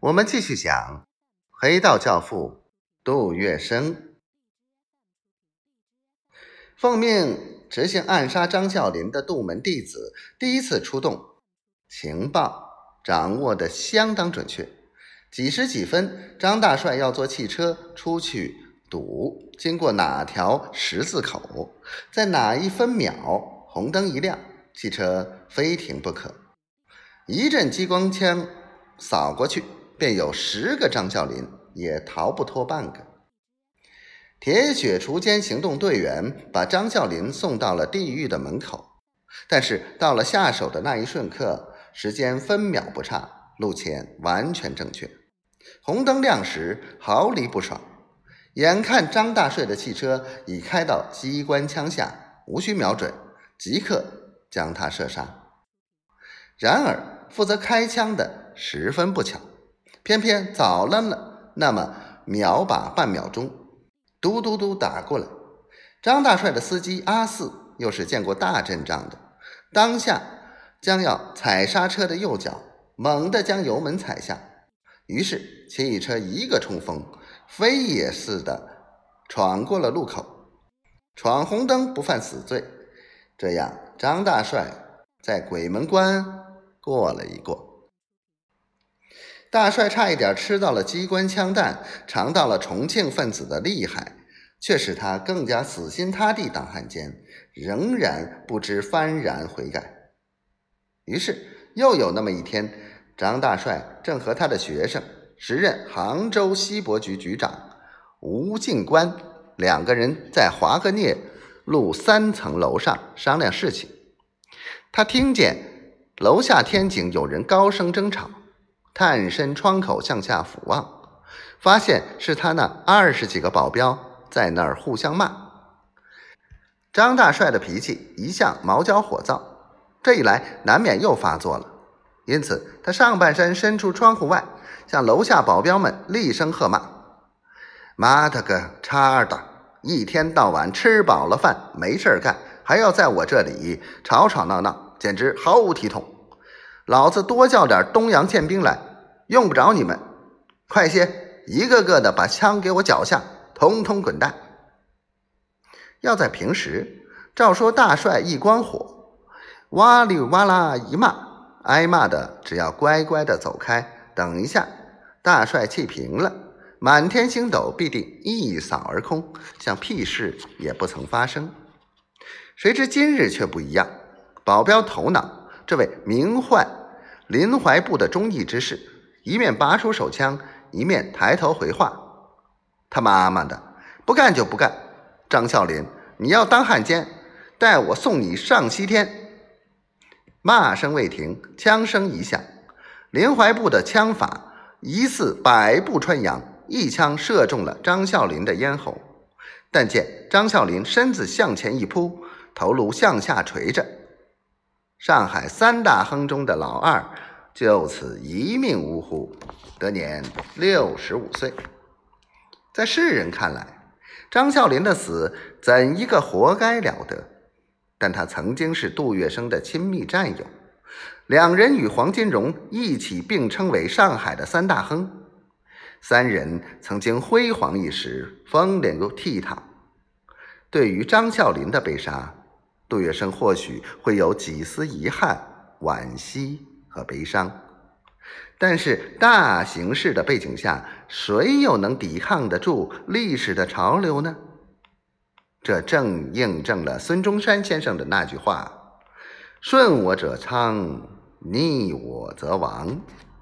我们继续讲黑道教父杜月笙。奉命执行暗杀张啸林的杜门弟子第一次出动，情报掌握得相当准确。几时几分，张大帅要坐汽车出去赌，经过哪条十字口，在哪一分秒红灯一亮，汽车非停不可。一阵激光枪扫过去，便有10个张啸林，也逃不脱半个。铁血锄奸行动队员把张啸林送到了地狱的门口，但是到了下手的那一瞬刻，时间分秒不差，路线完全正确。红灯亮时毫厘不爽，眼看张大帅的汽车已开到机关枪下，无需瞄准，即刻将他射杀。然而负责开枪的十分不巧，偏偏早了那么秒把半秒钟，嘟嘟嘟打过来。张大帅的司机阿四又是见过大阵仗的，当下将要踩刹车的右脚猛地将油门踩下，于是汽车一个冲锋，飞也似的闯过了路口。闯红灯不犯死罪，这样张大帅在鬼门关过了一过。大帅差一点吃到了机关枪弹，尝到了重庆分子的厉害，却使他更加死心塌地当汉奸，仍然不知幡然悔改。于是又有那么一天，张大帅正和他的学生，时任杭州西博局局长吴敬官两个人在华格涅路3层楼上商量事情。他听见楼下天井有人高声争吵，探身窗口向下俯望，发现是他那20几个保镖在那儿互相骂。张大帅的脾气一向毛焦火燥，这一来难免又发作了，因此他上半身伸出窗户外，向楼下保镖们厉声喝骂：妈的个叉的，一天到晚吃饱了饭没事干，还要在我这里吵吵闹闹，简直毫无体统。老子多叫点东洋宪兵来，用不着你们，快些一个个的把枪给我缴下，统统滚蛋。要在平时，照说大帅一光火，哇里哇啦一骂，挨骂的只要乖乖的走开，等一下大帅气平了，满天星斗必定一扫而空，像屁事也不曾发生。谁知今日却不一样，保镖头脑这位名唤林怀部的忠义之士，一面拔出手枪，一面抬头回话：他妈妈的，不干就不干，张啸林，你要当汉奸，待我送你上西天。骂声未停，枪声一响，林怀部的枪法疑似百步穿杨，一枪射中了张啸林的咽喉。但见张啸林身子向前一扑，头颅向下垂着，上海3大亨中的老二就此一命呜呼，得年65岁。在世人看来，张啸林的死怎一个活该了得，但他曾经是杜月笙的亲密战友，两人与黄金荣一起并称为上海的3大亨，3人曾经辉煌一时，风流倜傥。对于张啸林的被杀，杜月笙或许会有几丝遗憾、惋惜和悲伤，但是大形势的背景下，谁又能抵抗得住历史的潮流呢？这正印证了孙中山先生的那句话：顺我者昌，逆我则亡。